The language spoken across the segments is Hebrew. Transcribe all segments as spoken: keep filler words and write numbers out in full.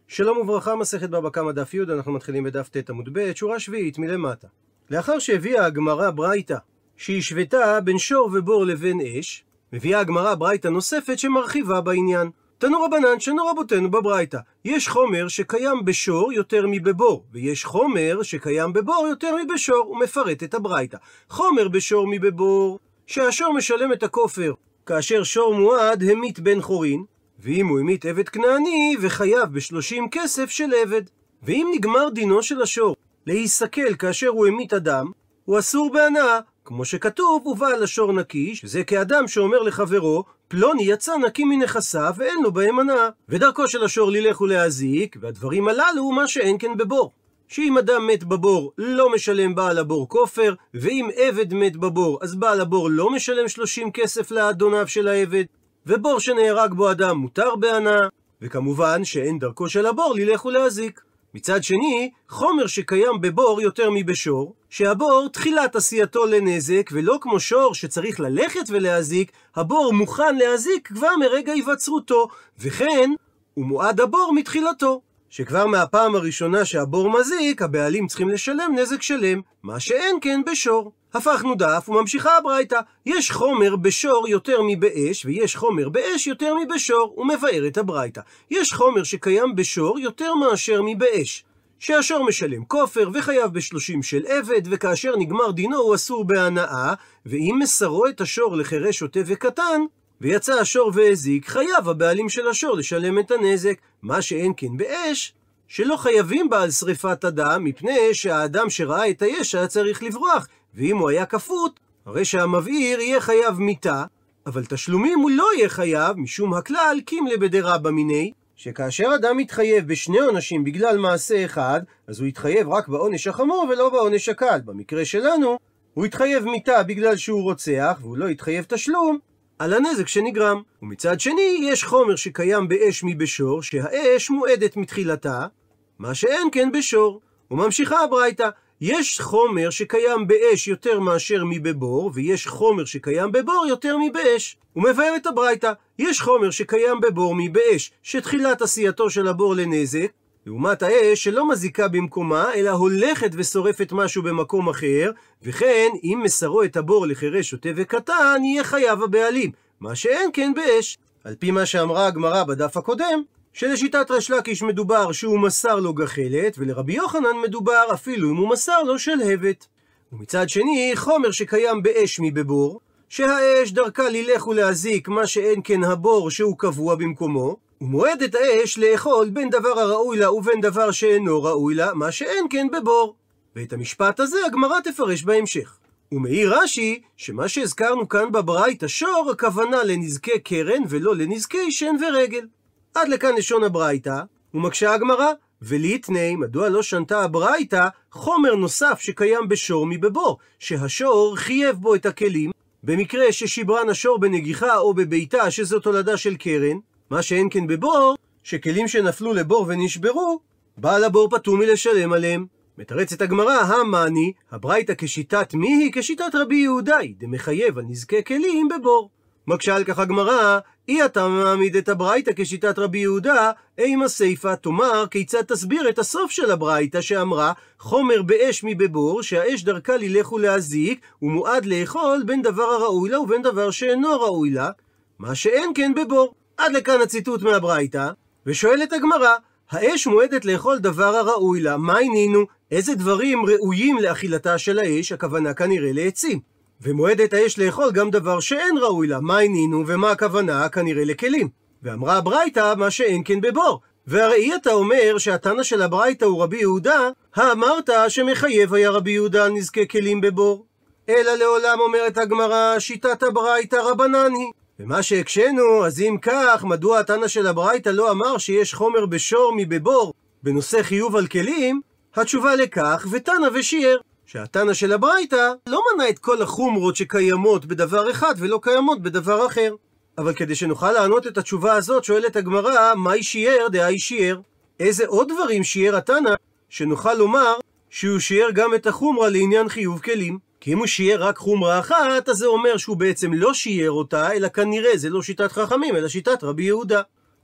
שלום וברכה, מסכת בבא קמא דף י', אנחנו מתחילים בדף ט' עמוד ב', שורה שביעית מלמטה. לאחר שהביאה הגמרא ברייתא שהשוותה בין שור ובור לבין אש, מביאה הגמרא ברייתא נוספת שמרחיבה בעניין. תנו רבנן שנו רבותינו בברייתא, יש חומר שקיים בשור יותר מבבור, ויש חומר שקיים בבור יותר מבשור. הוא מפרט את הברייתא. חומר בשור מבבור, שהשור משלם את הכופר כאשר שור מועד המית בן חורין, ואם הוא המית עבד כנעני וחייב בשלושים כסף של עבד. ואם נגמר דינו של השור להיסכל כאשר הוא המית אדם, הוא אסור בהנאה, כמו שכתוב, ובעל השור נקי, שזה כאדם שאומר לחברו, פלוני יצא נקי מנכסיו ואין לו בהם הנאה. ודרכו של השור ללך ולהזיק, והדברים הללו הוא מה שאין כן בבור. שאם אדם מת בבור לא משלם בעל הבור כופר, ואם עבד מת בבור אז בעל הבור לא משלם שלושים כסף לאדוניו של העבד, ובור שנהרג בו אדם מותר בהנאה, וכמובן שאין דרכו של הבור ללך ולהזיק. מצד שני, חומר שקיים בבור יותר מבשור, שהבור תחילת עשייתו לנזק, ולא כמו שור שצריך ללכת ולהזיק, הבור מוכן להזיק כבר מרגע היווצרותו, וכן הוא מועד הבור מתחילתו, שכבר מהפעם הראשונה שהבור מזיק, הבעלים צריכים לשלם נזק שלם, מה שאין כן בשור. הפכנו דף וממשיכה הברייתא, יש חומר בשור יותר מבאש, ויש חומר באש יותר מבשור. הוא מבאר את הברייתא. יש חומר שקיים בשור יותר מאשר מבאש, שהשור משלם כופר וחייב בשלושים של עבד, וכאשר נגמר דינו הוא אסור בהנאה, ואם מסרו את השור לחירש שוטה וקטן, ויצא השור והזיק, חייב הבעלים של השור לשלם את הנזק, מה שאין כן באש, שלא חייבים בה על שריפת אדם, מפני שהאדם שראה את היש היה צריך לברוח, ואם הוא היה כפות, הרי שהמבעיר יהיה חייב מיתה, אבל תשלומים הוא לא יהיה חייב, משום הכלל קימלה בדרבא מיניה, שכאשר אדם מתחייב בשני עונשים בגלל מעשה אחד, אז הוא יתחייב רק בעונש החמור ולא בעונש הקל. במקרה שלנו, הוא יתחייב מיתה בגלל שהוא רוצח, והוא לא יתחייב תשלום על הנזק שנגרם. ומצד שני, יש חומר שקיים באש מבשור, שהאש מועדת מתחילתה, מה שאין כן בשור. וממשיכה הברייתא, יש חומר שקיים באש יותר מאשר מבבור, ויש חומר שקיים בבור יותר מבאש. הוא מבאר את הברייתא, יש חומר שקיים בבור מבאש, שתחילת עשייתו של הבור לנזק, לעומת האש שלא מזיקה במקומה, אלא הולכת ושורפת משהו במקום אחר, וכן אם מסרו את הבור לחירש שוטה וקטן, יהיה חייב הבעלים, מה שאין כן באש. על פי מה שאמרה הגמרא בדף הקודם, שלשיטת ריש לקיש מדובר שהוא מסר לו גחלת, ולרבי יוחנן מדובר אפילו אם הוא מסר לו שלהבת. ומצד שני, חומר שקיים באש מבבור, שהאש דרכה ללך ולהזיק, מה שאין כן הבור שהוא קבוע במקומו, ומועד את האש לאכול בין דבר הראוי לה ובין דבר שאינו ראוי לה, מה שאין כן בבור. ואת המשפט הזה הגמרא תפרש בהמשך. ומעיר רש"י שמה שהזכרנו כאן בברייתא שור, הכוונה לנזקי קרן ולא לנזקי שן ורגל. עד לכאן לשון הברייתא, ומקשה הגמרא, וליתני, מדוע לא שנתה הברייתא חומר נוסף שקיים בשור מבבור, שהשור חייב בו את הכלים, במקרה ששיברן השור בנגיחה או בביתה, שזו תולדה של קרן, מה שאין כן בבור, שכלים שנפלו לבור ונשברו, בעל הבור פטור מלשלם עליהם. מתרצת הגמרא, המאני, הברייתא כשיטת מי היא? כשיטת רבי יהודאי, דמחייב על נזקי כלים בבור. מקשה על כך הגמרא, אי אתה מעמיד את הברייתא כשיטת רבי יהודה, אימה סיפא, תאמר כיצד תסביר את הסוף של הברייתא שאמרה חומר באש מבבור, שהאש דרכה ללך ולהזיק, ומועד לאכול בין דבר הראוי לה ובין דבר שאינו ראוי לה, מה שאין כן בבור. עד לכאן הציטוט מהברייתא, ושואלת הגמרא, האש מועדת לאכול דבר הראוי לה, מה ענינו? איזה דברים ראויים לאכילתה של האש? הכוונה כנראה לעצים. ומועדת האש לאכול גם דבר שאין ראוי לה, מה ענינו? ומה הכוונה? כנראה לכלים. ואמרה הברייתא מה שאין כן בבור. והראי אתה אומר שהתנא של הברייתא הוא רבי יהודה, האמרת שמחייב היה רבי יהודה על נזקי כלים בבור. אלא לעולם אומרת הגמרא, שיטת הברייתא רבנן היא. ומה שהקשנו, אז אם כך, מדוע התנא של הברייתא לא אמר שיש חומר בשור מבבור בנושא חיוב על כלים? התשובה לכך, ותנא ושיער, שהתנא של הברייתא לא מנה את כל החומרות שקיימות בדבר אחד ולא קיימות בדבר אחר. אבל כדי שנוכל לענות את התשובה הזאת, שואלת הגמרא, מהי שיער דהאי שיער? איזה עוד דברים שיער התנא שנוכל לומר שהוא שיער גם את החומרה לעניין חיוב כלים? כי אם הוא שיער רק חומרה אחת, אז זה אומר שהוא בעצם לא שיער אותה, אלא כנראה זה לא שיטת חכמים, אלא שיטת רבי יהודה.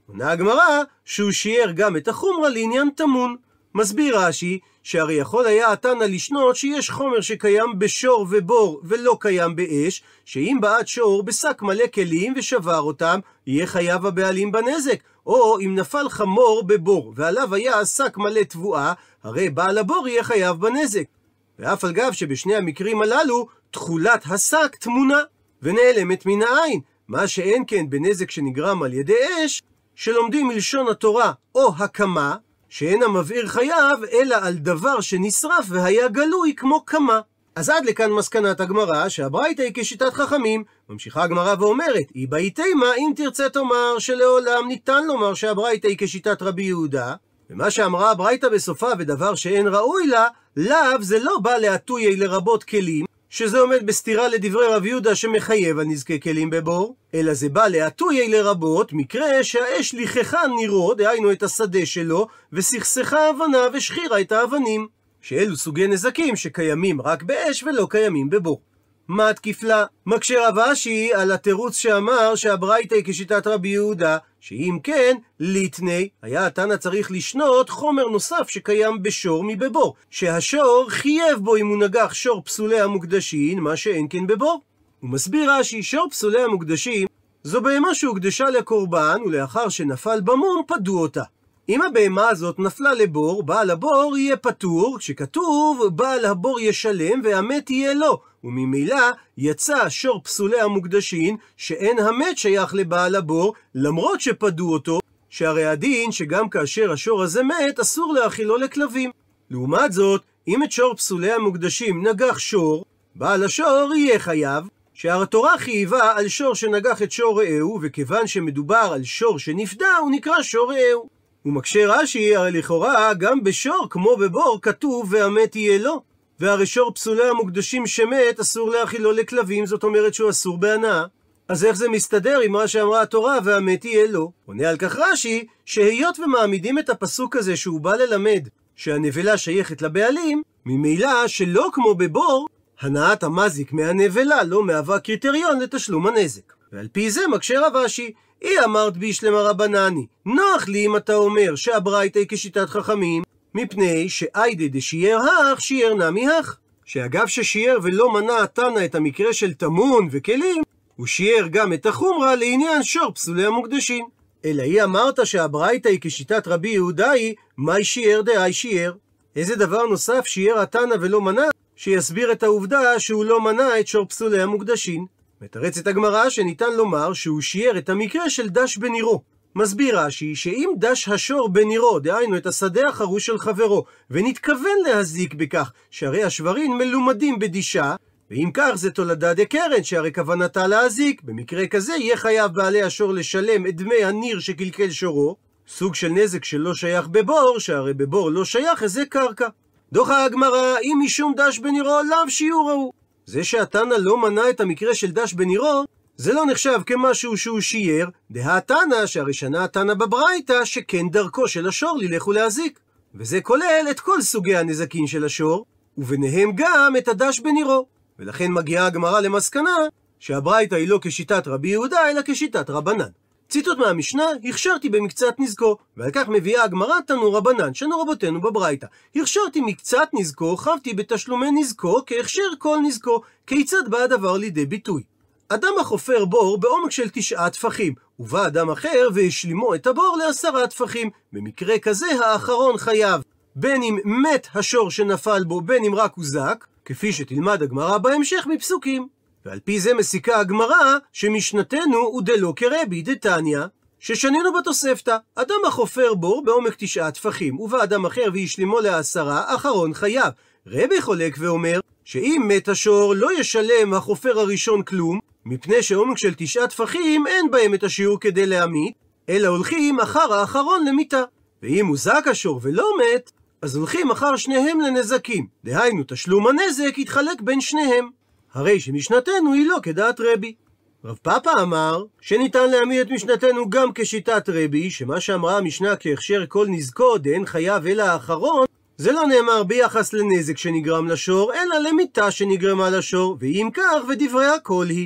עונה הגמרא שהוא שיער גם את החומרה לעניין תמון. מסביר רש"י שהרי יכול היה התנא לשנות שיש חומר שקיים בשור ובור ולא קיים באש, שאם בעט שור בשק מלא כלים ושבר אותם, יהיה חייב הבעלים בנזק. או אם נפל חמור בבור ועליו היה שק מלא תבואה, הרי בעל הבור יהיה חייב בנזק. ואף על גב שבשני המקרים הללו תכולת השק תמונה ונעלמת מן העין, מה שאין כן בנזק שנגרם על ידי אש, שלומדים מלשון התורה או הקמה, שאין המבעיר חייב אלא על דבר שנשרף והיה גלוי כמו קמה. אז עד לכאן מסקנת הגמרא שהברייתא היא כשיטת חכמים. ממשיכה הגמרא ואומרת, היא באיתימה אם תרצה תאמר שלעולם ניתן לומר שהברייתא היא כשיטת רבי יהודה, ומה שאמרה הברייתא בסופה ודבר שאין ראוי לה, לאו זה לא בא להטויי לרבות כלים, שזה עומד בסתירה לדברי רב יהודה שמחייב על נזקי כלים בבור, אלא זה בא להטויי לרבות מקרה שהאש ליחכה נירו, דהיינו את השדה שלו, וסכסכה האבנה ושחירה את האבנים, שאלו סוגי נזקים שקיימים רק באש ולא קיימים בבור. מה תקיף לה? מקשה רב אשי על התירוץ שאמר שהברייתא היא כשיטת רבי יהודה, שאם כן, ליטני, היה התנא צריך לשנות חומר נוסף שקיים בשור מבבור, שהשור חייב בו אם הוא נגח שור פסולי המוקדשים, מה שאין כן בבור. הוא מסביר רש"י, שור פסולי המוקדשים זו בהמה שהוקדשה לקורבן, ולאחר שנפל במום פדו אותה. אם הבהמה הזאת נפלה לבור, בעל הבור יהיה פטור, כשכתוב בעל הבור ישלם והמת יהיה לו, וממילא יצא שור פסולי המוקדשים שאין המת שייך לבעל הבור, למרות שפדו אותו, שהרי הדין שגם כאשר השור הזה מת אסור להאכילו לכלבים. לעומת זאת, אם את שור פסולי המוקדשים נגח שור, בעל השור יהיה חייב, שהתורה חייבה על שור שנגח את שור רעהו, וכיוון שמדובר על שור שנפדה הוא נקרא שור רעהו. הוא מקשה רש"י, הרי לכאורה גם בשור כמו בבור כתוב והמת יהיה לו, והרי שור פסולי המוקדשים שמת אסור להאכילו לכלבים, זאת אומרת שהוא אסור בהנאה. אז איך זה מסתדר עם מה שאמרה התורה והמת יהיה לו? עונה על כך רש"י שהיות ומעמידים את הפסוק הזה שהוא בא ללמד שהנבלה שייכת לבעלים, ממילא שלא כמו בבור הנאת המזיק מהנבלה לא מהווה קריטריון לתשלום הנזק. ועל פי זה מקשה רב אשי, היא אמרת בישלמה רבנני, נוח לי אם אתה אומר שהברייתא היא כשיטת חכמים, מפני שאיידי דשיער הך שיער נמי הך, שאגב ששיער ולא מנע התנא את המקרה של תמון וכלים, הוא שיער גם את החומרה לעניין שור פסולי המוקדשים. אלא היא אמרת שהברייתא היא כשיטת רבי יהודה היא, מי שיער דאי שיער. איזה דבר נוסף שיער התנא ולא מנע, שיסביר את העובדה שהוא לא מנע את שור פסולי המוקדשים. מתרצת הגמרא שניתן לומר שהוא שיער את המקרה של דש בנירו. מסביר רש"י שאם דש השור בנירו, דהיינו את השדה החרוש של חברו, ונתכוון להזיק בכך שהרי השברים מלומדים בדישה, ואם כך זה תולדה דקרן שהרי כוונתה להזיק, במקרה כזה יהיה חייב בעלי השור לשלם את דמי הניר שקלקל שורו, סוג של נזק שלא שייך בבור, שהרי בבור לא שייך איזה קרקע. דוחה הגמרא, אם משום דש בנירו לאו שיעור ההוא. זה שהתנא לא מנע את המקרה של דש בנירו, זה לא נחשב כמשהו שהוא שיער, דהתנא שהראשונה התנא בברייתא שכן דרכו של השור ללך ולהזיק. וזה כולל את כל סוגי הנזקים של השור, וביניהם גם את הדש בנירו. ולכן מגיעה הגמרא למסקנה שהברייתא היא לא כשיטת רבי יהודה אלא כשיטת רבנן. ציטוט מהמשנה, הכשרתי במקצת נזקו, ועל כך מביאה הגמרא תנו רבנן, שנו רבותינו בברייתא. הכשרתי מקצת נזקו, חבתי בתשלומי נזקו, כהכשר כל נזקו, כיצד בא הדבר לידי ביטוי. אדם החופר בור בעומק של תשעה טפחים, ובא אדם אחר והשלימו את הבור לעשרה טפחים. במקרה כזה האחרון חייב, בין אם מת השור שנפל בו, בין אם רק הוזק, כפי שתלמד הגמרא בהמשך מפסוקים. ועל פי זה מסיקה הגמרא שמשנתנו הוא דלא כרבי דתניא, ששנינו בתוספתא, אדם החופר בור בעומק תשעה טפחים, ובא אדם אחר והשלימו לעשרה, אחרון חייב. רבי חולק ואומר שאם מת השור לא ישלם החופר הראשון כלום, מפני שעומק של תשעה טפחים אין בהם את השיעור כדי להמית, אלא הולכים אחר האחרון למיתה. ואם הוזק השור ולא מת, אז הולכים אחר שניהם לנזקים, דהיינו תשלום הנזק יתחלק בין שניהם. הרי שמשנתנו היא לא כדעת רבי. רב פאפא אמר שניתן להעמיד את משנתנו גם כשיטת רבי, שמה שאמרה המשנה כהכשר כל נזקו דאין חייב אלא האחרון, זה לא נאמר ביחס לנזק שנגרם לשור, אלא למיתה שנגרמה לשור, ואם כך ודברי הכל היא.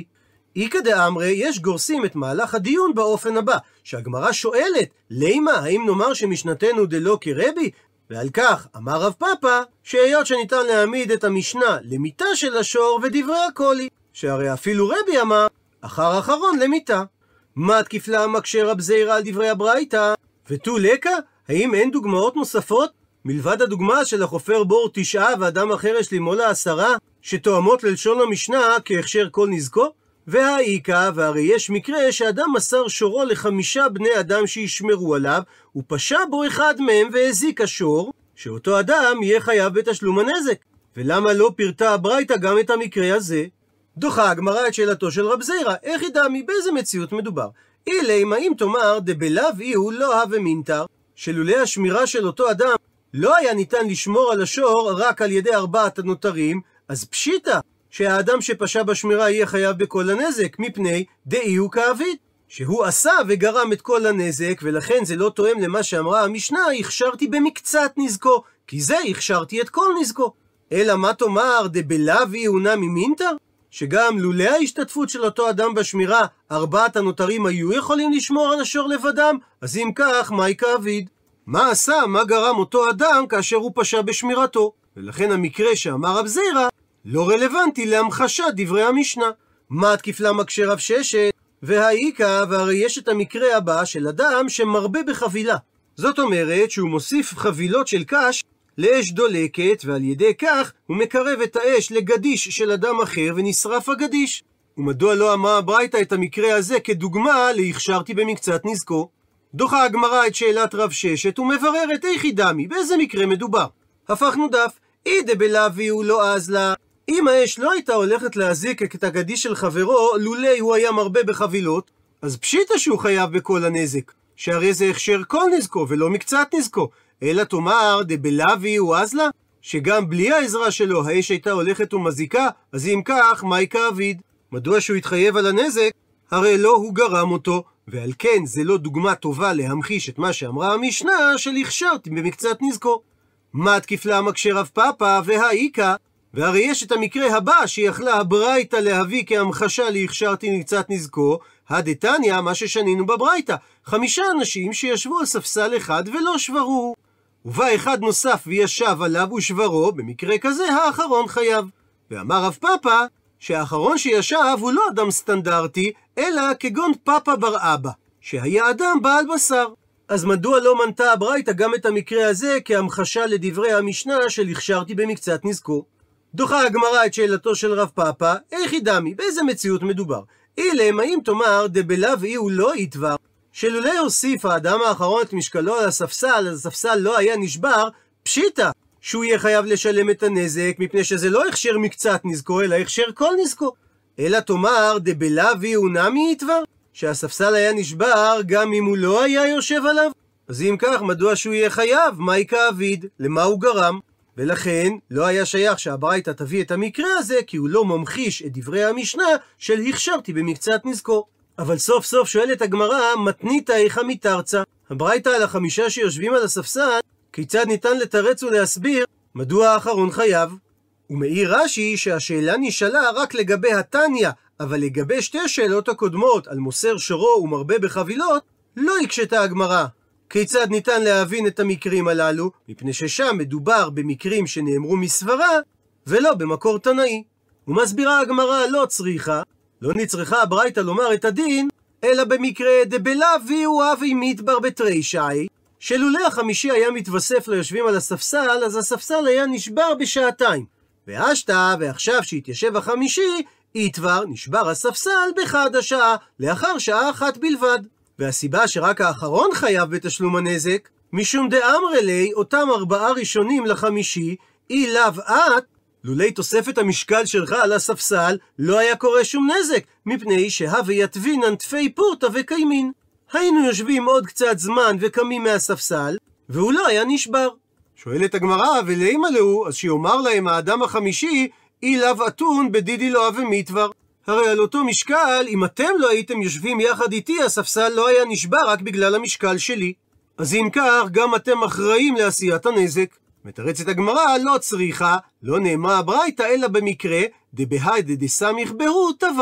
איקא דאמרי, יש גורסים את מהלך הדיון באופן הבא, שהגמרא שואלת, לימה, האם נאמר שמשנתנו דלא כרבי? ועל כך אמר רב פאפא, שהיות שניתן להעמיד את המשנה למיתה של השור ודברי הקולי, שהרי אפילו רבי אמר, אחר אחרון למיתה. מה תקיפלה מקשה רב זעירא על דברי הברייתא? ותו לקה? האם אין דוגמאות נוספות? מלבד הדוגמה של החופר בור תשעה ואדם אחר יש לימולה עשרה, שתואמות ללשון המשנה כהכשר כל נזקו? והאיקה, והרי יש מקרה שאדם מסר שורו לחמישה בני אדם שישמרו עליו, ופשע בו אחד מהם והזיק השור, שאותו אדם יהיה חייב בתשלום הנזק. ולמה לא פירטה הברייתא גם את המקרה הזה? דוחה הגמרא את שאלתו של רב זעירא, איך ידע מבאיזה מציאות מדובר? אילי, אם תאמר דבלאו איהו לא הווה מינתר, שלולא השמירה של אותו אדם לא היה ניתן לשמור על השור רק על ידי ארבעת הנותרים, אז פשיטא שהאדם שפשע בשמירה יהיה חייב בכל הנזק, מפני דאיהו כאביד, שהוא עשה וגרם את כל הנזק, ולכן זה לא תואם למה שאמרה המשנה, הכשרתי במקצת נזקו, כי זה הכשרתי את כל נזקו. אלא מה תאמר דבלאו איהו נמי מינתר? שגם לולא ההשתתפות של אותו אדם בשמירה, ארבעת הנותרים היו יכולים לשמור על השור לבדם, אז אם כך, מהי כאביד? מה עשה, מה גרם אותו אדם כאשר הוא פשע בשמירתו? ולכן המקרה שאמר רב זעירא לא רלוונטי להמחשת דברי המשנה. מה תקיפלה מקשה רב ששת? והאיקה, והרי יש את המקרה הבא של אדם שמרבה בחבילה. זאת אומרת שהוא מוסיף חבילות של קש לאש דולקת, ועל ידי כך הוא מקרב את האש לגדיש של אדם אחר ונשרף הגדיש. ומדוע לא אמרה הברייתא את המקרה הזה כדוגמה להכשרתי במקצת נזקו? דוחה הגמרא את שאלת רב ששת ומבררת איכי דמי, באיזה מקרה מדובר. הפכנו דף, אי דבלאו איהו לא אז לה. אם האש לא הייתה הולכת להזיק את הגדיש של חברו לולא הוא היה מרבה בחבילות, אז פשיטא שהוא חייב בכל הנזק, שהרי זה הכשר כל נזקו ולא מקצת נזקו. אלא תאמר דבלאו איהו אז לה, שגם בלי העזרה שלו האש הייתה הולכת ומזיקה, אז אם כך, מהי כאביד? מדוע שהוא יתחייב על הנזק? הרי לא הוא גרם אותו, ועל כן זה לא דוגמה טובה להמחיש את מה שאמרה המשנה של הכשרתי במקצת נזקו. מה תקיפלה מקשה רב פאפא והאיקה? והרי יש את המקרה הבא שיכלה הברייתא להביא כהמחשה להכשרתי מקצת נזקו, הדתניא, מה ששנינו בברייתא, חמישה אנשים שישבו על ספסל אחד ולא שברו. ובא אחד נוסף וישב עליו ושברו, במקרה כזה האחרון חייב. ואמר רב פאפא שהאחרון שישב הוא לא אדם סטנדרטי, אלא כגון פאפא בר אבא, שהיה אדם בעל בשר. אז מדוע לא מנתה הברייתא גם את המקרה הזה כהמחשה לדברי המשנה של הכשרתי במקצת נזקו? דוחה הגמרא את שאלתו של רב פאפא, איכי דמי, באיזה מציאות מדובר? אילם, האם תאמר דבלאו איהו לא יתבר, שלולא הוסיף האדם האחרון את משקלו על הספסל, אז הספסל לא היה נשבר, פשיטא שהוא יהיה חייב לשלם את הנזק, מפני שזה לא הכשר מקצת נזקו, אלא הכשר כל נזקו. אלא תאמר דבלאו איהו נמי יתבר, שהספסל היה נשבר גם אם הוא לא היה יושב עליו. אז אם כך, מדוע שהוא יהיה חייב? מהי כאביד? למה הוא גרם? ולכן לא היה שייך שהברייתא תביא את המקרה הזה, כי הוא לא ממחיש את דברי המשנה של הכשרתי במקצת נזקו. אבל סוף סוף שואלת הגמרא, מתניתא איכא מתרצה? הברייתא על החמישה שיושבים על הספסל, כיצד ניתן לתרץ ולהסביר מדוע האחרון חייב? ומעיר רש"י שהשאלה נשאלה רק לגבי התניא, אבל לגבי שתי השאלות הקודמות על מוסר שורו ומרבה בחבילות, לא הקשתה הגמרא. כיצד ניתן להבין את המקרים הללו? מפני ששם מדובר במקרים שנאמרו מסברה, ולא במקור תנאי. ומסבירה הגמרא לא צריכה, לא נצריכה הברייתא לומר את הדין, אלא במקרה דבלאו איהו הווי מדבר בתרישי, שלולא החמישי היה מתווסף ליושבים על הספסל, אז הספסל היה נשבר בשעתיים. והשתא, ועכשיו שהתיישב החמישי, יתבר נשבר הספסל בחד השעה, לאחר שעה אחת בלבד. והסיבה שרק האחרון חייב בתשלום הנזק, משום דאמרי לי, אותם ארבעה ראשונים לחמישי, אי לאו את, לולי תוספת המשקל שלך על הספסל, לא היה קורה שום נזק, מפני שהווה יתבינן תפי פורתא וקיימין. היינו יושבים עוד קצת זמן וקמים מהספסל, והוא לא היה נשבר. שואלת הגמרא, ולאימה לו, אז שיאמר להם האדם החמישי, אי לאו אתון בדידי לא הווה מתבר. הרי על אותו משקל, אם אתם לא הייתם יושבים יחד איתי, הספסל לא היה נשבר רק בגלל המשקל שלי. אז אם כך, גם אתם אחראים לעשיית הנזק. מתרצת הגמרא, לא צריכה, לא נאמרה הברייתא אלא במקרה, דבהאי דדסמיך בהו תבר,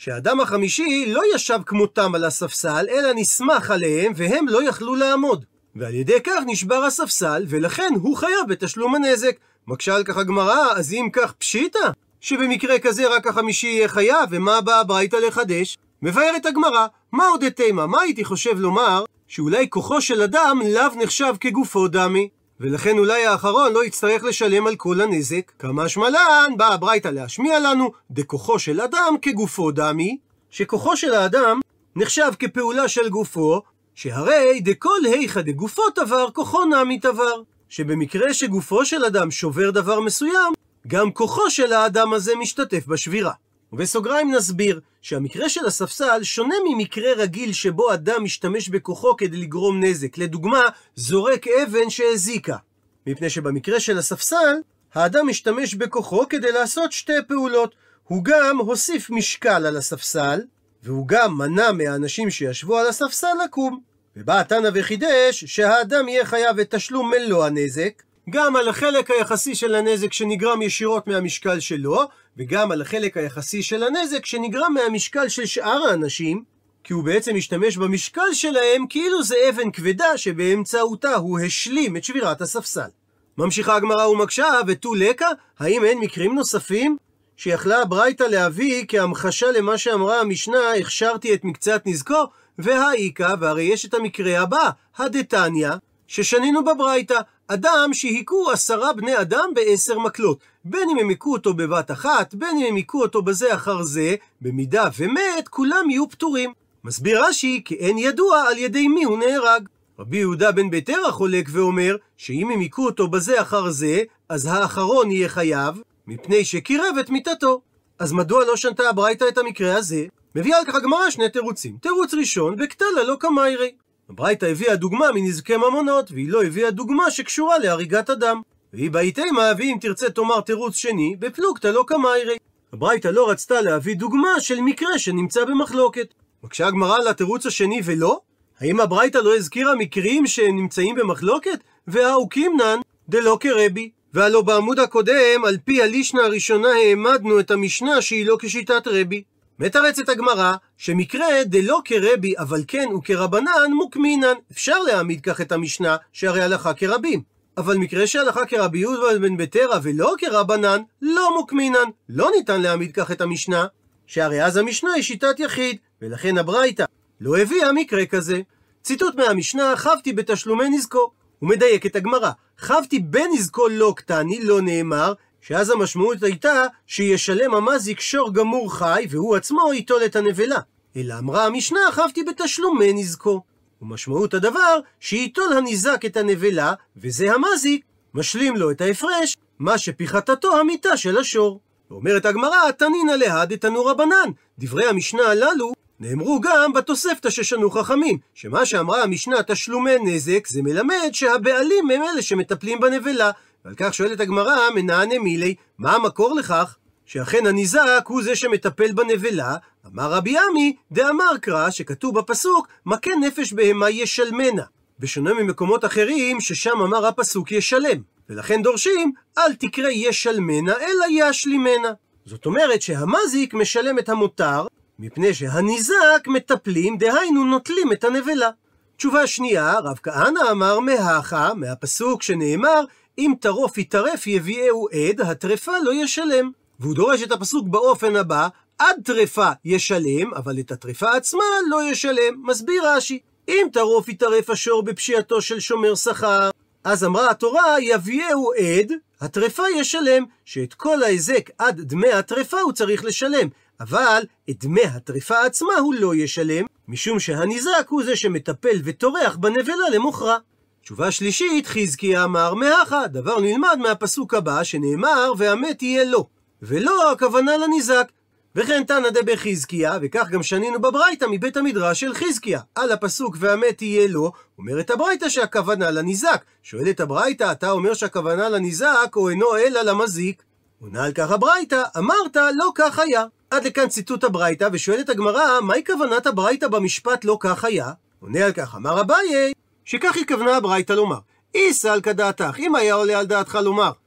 שהאדם החמישי לא ישב כמותם על הספסל, אלא נסמך עליהם והם לא יכלו לעמוד. ועל ידי כך נשבר הספסל, ולכן הוא חייב בתשלום הנזק. מקשה על כך הגמרא, אז אם כך פשיטה, שבמקרה כזה רק החמישי יהיה חייב, ומה באה הברייתא לחדש? מבארת הגמרא, מה עוד תימה? מה הייתי חושב לומר? שאולי כוחו של אדם לאו נחשב כגופו דמי, ולכן אולי האחרון לא יצטרך לשלם על כל הנזק. כמה שמלן, באה הברייתא להשמיע לנו, דכוחו של אדם כגופו דמי, שכוחו של האדם נחשב כפעולה של גופו, שהרי דכל היכא דגופו תבר, כוחו נמי תבר. שבמקרה שגופו של אדם שובר דבר מסוים, גם כוחו של האדם הזה משתתף בשבירה. ובסוגריים נסביר שהמקרה של הספסל שונה ממקרה רגיל שבו אדם משתמש בכוחו כדי לגרום נזק. לדוגמה, זורק אבן שהזיקה. מפני שבמקרה של הספסל, האדם משתמש בכוחו כדי לעשות שתי פעולות. הוא גם הוסיף משקל על הספסל, והוא גם מנע מהאנשים שישבו על הספסל לקום. ובא התנא וחידש שהאדם יהיה חייב את תשלום מלוא הנזק, גם על החלק היחסי של הנזק שנגרם ישירות מהמשקל שלו, וגם על החלק היחסי של הנזק שנגרם מהמשקל של שאר האנשים, כי הוא בעצם משתמש במשקל שלהם כאילו זה אבן כבדה שבאמצעותה הוא השלים את שבירת הספסל. ממשיכה הגמרא ומקשה, ותו לקה, האם אין מקרים נוספים שיכלה הברייתא להביא כהמחשה למה שאמרה המשנה, הכשרתי את מקצת נזקו? והאיקה, והרי יש את המקרה הבא, הדתניא, ששנינו בברייתא, אדם שהיכו עשרה בני אדם בעשר מקלות, בין אם הם היכו אותו בבת אחת, בין אם הם היכו אותו בזה אחר זה, במידה ומת, כולם יהיו פטורים. מסביר רש"י, כי אין ידוע על ידי מי הוא נהרג. רבי יהודה בן ביתרא חולק ואומר, שאם הם היכו אותו בזה אחר זה, אז האחרון יהיה חייב, מפני שקירב את מיתתו. אז מדוע לא שנתה הברייתא את המקרה הזה? מביאה על כך הגמרא שני תירוצים. תירוץ ראשון, בקטלה לא קמיירי. הברייתא הביאה דוגמה מנזקי ממונות, והיא לא הביאה דוגמה שקשורה להריגת אדם. והיא בהיתמה, ואם תרצה תאמר תירוץ שני, בפלוגתא לא קמיירי. הברייתא לא רצתה להביא דוגמה של מקרה שנמצא במחלוקת. מקשה הגמרא לתירוץ השני ולא? האם הברייתא לא הזכירה מקרים שנמצאים במחלוקת? והאו קימנן דלא כרבי. והלא בעמוד הקודם, על פי הלישנה הראשונה העמדנו את המשנה שהיא לא כשיטת רבי. מתרצת הגמרא שמקרה דלא כרבי אבל כן הוא כרבנן מוקמינן. אפשר להעמיד כך את המשנה שהרי הלכה כרבים, אבל מקרה שהלכה כרבי יהודה בן ביתרא ולא כרבנן לא מוקמינן. לא ניתן להעמיד כך את המשנה שהרי אז המשנה היא שיטת יחיד, ולכן הברייתא לא הביאה מקרה כזה. ציטוט מהמשנה, חבתי בתשלומי נזקו. הוא מדייק את הגמרא, חבתי בנזקו לא קטני, לא נאמר, שאז המשמעות הייתה שישלם המזיק שור גמור חי והוא עצמו ייטול את הנבלה, אלא אמרה המשנה חבתי בתשלומי נזקו, ומשמעות הדבר שייטול הניזק את הנבלה וזה המזיק משלים לו את ההפרש, מה שפיחתתו המיתה של השור. ואומרת הגמרא, תנינא להא דתנו רבנן, דברי המשנה הללו נאמרו גם בתוספתא ששנו חכמים, שמה שאמרה המשנה תשלומי נזק זה מלמד שהבעלים הם אלה שמטפלים בנבלה. ועל כך שואלת הגמרא, מנענה מילי, מה המקור לכך שאכן הניזק הוא זה שמטפל בנבלה? אמר רבי עמי דאמר קרא, שכתוב בפסוק מכה נפש בהמה ישלמנה, בשונה ממקומות אחרים ששם אמר הפסוק ישלם, ולכן דורשים אל תקרא ישלמנה אלא ישלימנה. זאת אומרת שהמזיק משלם את המותר, מפני שהניזק מטפלים, דהיינו נוטלים את הנבלה. תשובה שנייה, רב כהנא אמר מהכה, מהפסוק שנאמר אם טרוף יטרף יביאהו עד, הטרפה לא ישלם. והוא דורש את הפסוק באופן הבא, עד טרפה ישלם, אבל את הטרפה עצמה לא ישלם. מסביר רש"י, אם טרוף יטרף השור בפשיעתו של שומר שכר, אז אמרה התורה יביאהו עד, הטרפה ישלם, שאת כל ההיזק עד דמי הטרפה הוא צריך לשלם, אבל את דמי הטרפה עצמה הוא לא ישלם, משום שהניזק הוא זה שמטפל וטורח בנבלה למוכרה. תשובה שלישית, חזקיה אמר מהכה, דבר נלמד מהפסוק הבא שנאמר והמת יהיה לו, ולא הכוונה לניזק. וכן תנא דבחזקיה, וכך גם שנינו בברייתא מבית המדרש של חזקיה, על הפסוק והמת יהיה לו, אומרת הברייתא שהכוונה לניזק. שואלת הברייתא, אתה אומר שהכוונה לניזק או אינו אלא למזיק? עונה על כך הברייתא, אמרת לא כך היה. עד לכאן ציטוט הברייתא, ושואלת הגמרא, מהי כוונת הברייתא במשפט לא כך היה? עונה על כך אמר אביי, שכך התכוונה הברייתא לומר, איסא על כדעתך, אם היה עולה על דעתך לומר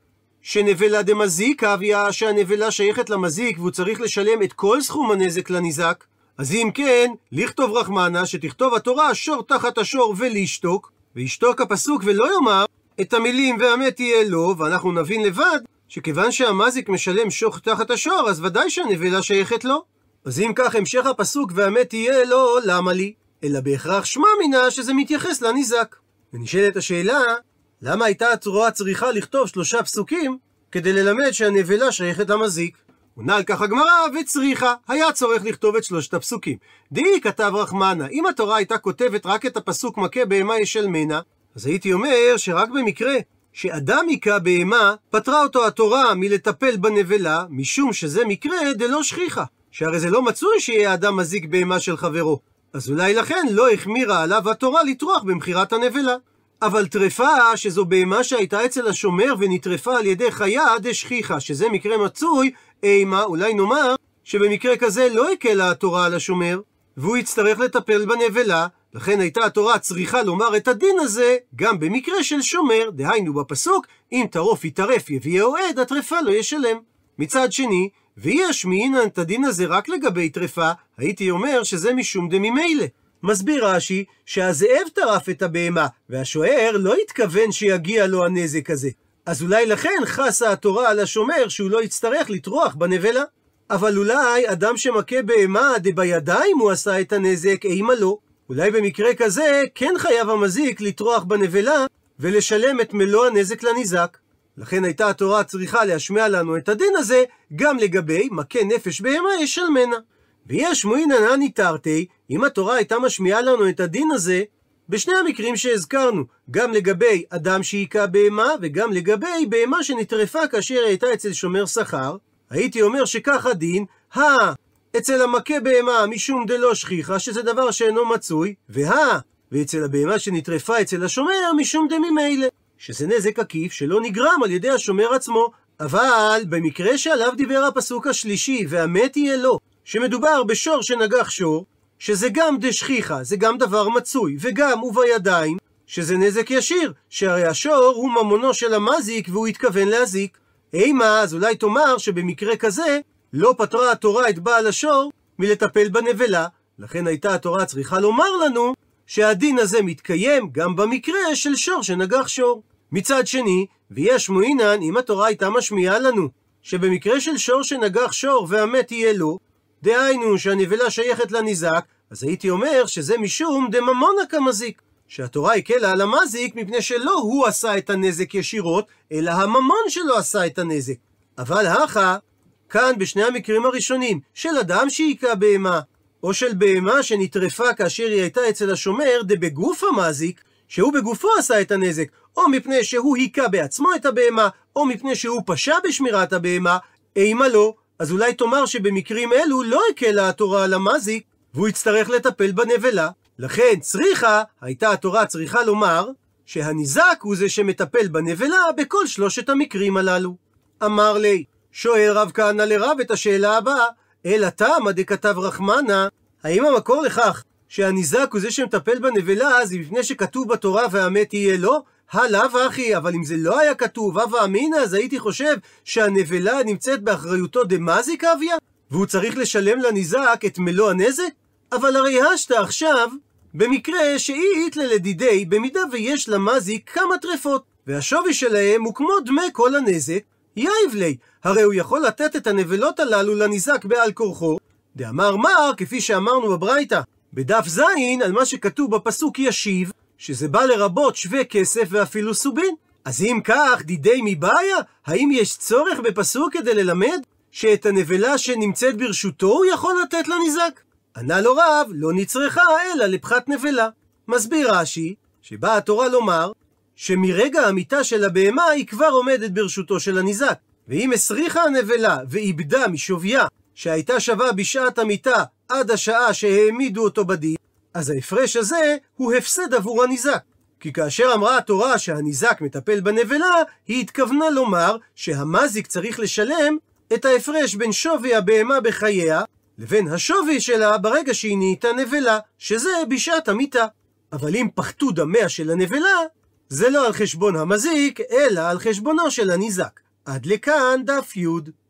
שנבלה דמזיק אביה, שהנבלה שייכת למזיק והוא צריך לשלם את כל סכום הנזק לניזק, אז אם כן, לכתוב רחמנה שתכתוב התורה שור תחת השור ולשתוק, וישתוק הפסוק ולא יאמר את המילים והמת יהיה לו, ואנחנו נבין לבד שכיוון שהמזיק משלם שור תחת השור, אז ודאי שהנבלה שייכת לו. אז אם כך המשך הפסוק והמת יהיה לו, למה לי? אלא בהכרח שמע מינה שזה מתייחס לניזק. ונשאלת השאלה, למה הייתה התורה צריכה לכתוב שלושה פסוקים כדי ללמד שהנבלה שייכת למזיק? עונה על כך הגמרא, וצריכה, היה צורך לכתוב את שלושת הפסוקים. די כתב רחמנה, אם התורה הייתה כותבת רק את הפסוק מכה בהמה ישלמנה, אז הייתי אומר שרק במקרה שאדם היכה בהמה, פטרה אותו התורה מלטפל בנבלה, משום שזה מקרה דלא שכיחה, שהרי זה לא מצוי שיהיה אדם מזיק בהמה של חברו, אז אולי לכן לא החמירה עליו התורה לטרוח במחירת הנבלה. אבל טרפה, שזו בהמה שהייתה אצל השומר ונטרפה על ידי חיה דשכיחה, שזה מקרה מצוי, אימה, אולי נאמר שבמקרה כזה לא הקלה התורה על השומר, והוא יצטרך לטפל בנבלה, לכן הייתה התורה צריכה לומר את הדין הזה גם במקרה של שומר, דהיינו בפסוק, אם טרוף יטרף יביאו עד, הטרפה לא ישלם. מצד שני, ויש מעינן את הדין הזה רק לגבי טרפה, הייתי אומר שזה משום דממילא. מסביר רש"י שהזאב טרף את הבהמה, והשוער לא התכוון שיגיע לו הנזק הזה. אז אולי לכן חסה התורה על השומר שהוא לא יצטרך לטרוח בנבלה. אבל אולי אדם שמכה בהמה דבידיים הוא עשה את הנזק, אימה לא. אולי במקרה כזה כן חייב המזיק לטרוח בנבלה ולשלם את מלוא הנזק לניזק. לכן הייתה התורה צריכה להשמיע לנו את הדין הזה גם לגבי מכה נפש בהמה ישלמנה. ויש מועינן אני תרתי, אם התורה הייתה משמיעה לנו את הדין הזה בשני המקרים שהזכרנו, גם לגבי אדם שהיכה בהמה וגם לגבי בהמה שנטרפה כאשר הייתה אצל שומר שכר, הייתי אומר שכך הדין, הא אצל המכה בהמה משום דלא שכיחה, שזה דבר שאינו מצוי, והא ואצל הבהמה שנטרפה אצל השומר משום דממילא, שזה נזק עקיף שלא נגרם על ידי השומר עצמו. אבל במקרה שעליו דיבר הפסוק השלישי, והמת יהיה לו, שמדובר בשור שנגח שור, שזה גם דשכיחה, זה גם דבר מצוי, וגם ובידיים, שזה נזק ישיר, שהרי השור הוא ממונו של המזיק והוא התכוון להזיק. אימה, אז אולי תאמר שבמקרה כזה לא פטרה התורה את בעל השור מלטפל בנבלה, לכן הייתה התורה צריכה לומר לנו שהדין הזה מתקיים גם במקרה של שור שנגח שור. מצד שני, ויש מועינן, אם התורה הייתה משמיעה לנו שבמקרה של שור שנגח שור והמת יהיה לו, דהיינו שהנבלה שייכת לניזק, אז הייתי אומר שזה משום דממונה כמזיק, שהתורה הקלה על המזיק מפני שלא הוא עשה את הנזק ישירות, אלא הממון שלו עשה את הנזק. אבל הכה, כאן בשני המקרים הראשונים, של אדם שהיכה בהמה, או של בהמה שנטרפה כאשר היא הייתה אצל השומר, דבגוף המזיק, שהוא בגופו עשה את הנזק, או מפני שהוא היכה בעצמו את הבהמה, או מפני שהוא פשע בשמירת הבהמה, אימה לא, אז אולי תאמר שבמקרים אלו לא הקלה התורה על המזיק, והוא יצטרך לטפל בנבלה. לכן צריכה, הייתה התורה צריכה לומר, שהניזק הוא זה שמטפל בנבלה בכל שלושת המקרים הללו. אמר לי, שואל רב כהנא לרב את השאלה הבאה, אלא תמה דכתב רחמנה, האם המקור לכך שהניזק הוא זה שמטפל בנבלה, זה מפני שכתוב בתורה והמת יהיה לו? הלאו אחי, אבל אם זה לא היה כתוב הווה אמינא, אז הייתי חושב שהנבלה נמצאת באחריותו דמזיק אביה, והוא צריך לשלם לניזק את מלוא הנזק? אבל הרי השתה עכשיו במקרה שאי איתלה לדידי, במידה ויש למזיק כמה טרפות, והשווי שלהם הוא כמו דמי כל הנזק, יאיב לי, הרי הוא יכול לתת את הנבלות הללו לניזק בעל כורחו, דאמר מר, כפי שאמרנו בברייתא, בדף זין, על מה שכתוב בפסוק ישיב, שזה בא לרבות שווה כסף ואפילו סובין. אז אם כך, דידי מבעיה, האם יש צורך בפסוק כדי ללמד שאת הנבלה שנמצאת ברשותו הוא יכול לתת לניזק? ענה לו רב, לא נצרכה אלא לפחת נבלה. מסביר רש"י, שבאה התורה לומר שמרגע המיתה של הבהמה היא כבר עומדת ברשותו של הניזק, ואם הסריחה הנבלה ואיבדה משוויה שהייתה שווה בשעת המיתה עד השעה שהעמידו אותו בדין, אז ההפרש הזה הוא הפסד עבור הניזק. כי כאשר אמרה התורה שהניזק מטפל בנבלה, היא התכוונה לומר שהמזיק צריך לשלם את ההפרש בין שווי הבהמה בחייה לבין השווי שלה ברגע שהיא נהייתה נבלה, שזה בשעת המיתה. אבל אם פחתו דמיה של הנבלה, זה לא על חשבון המזיק, אלא על חשבונו של הניזק. עד לכאן דף י'.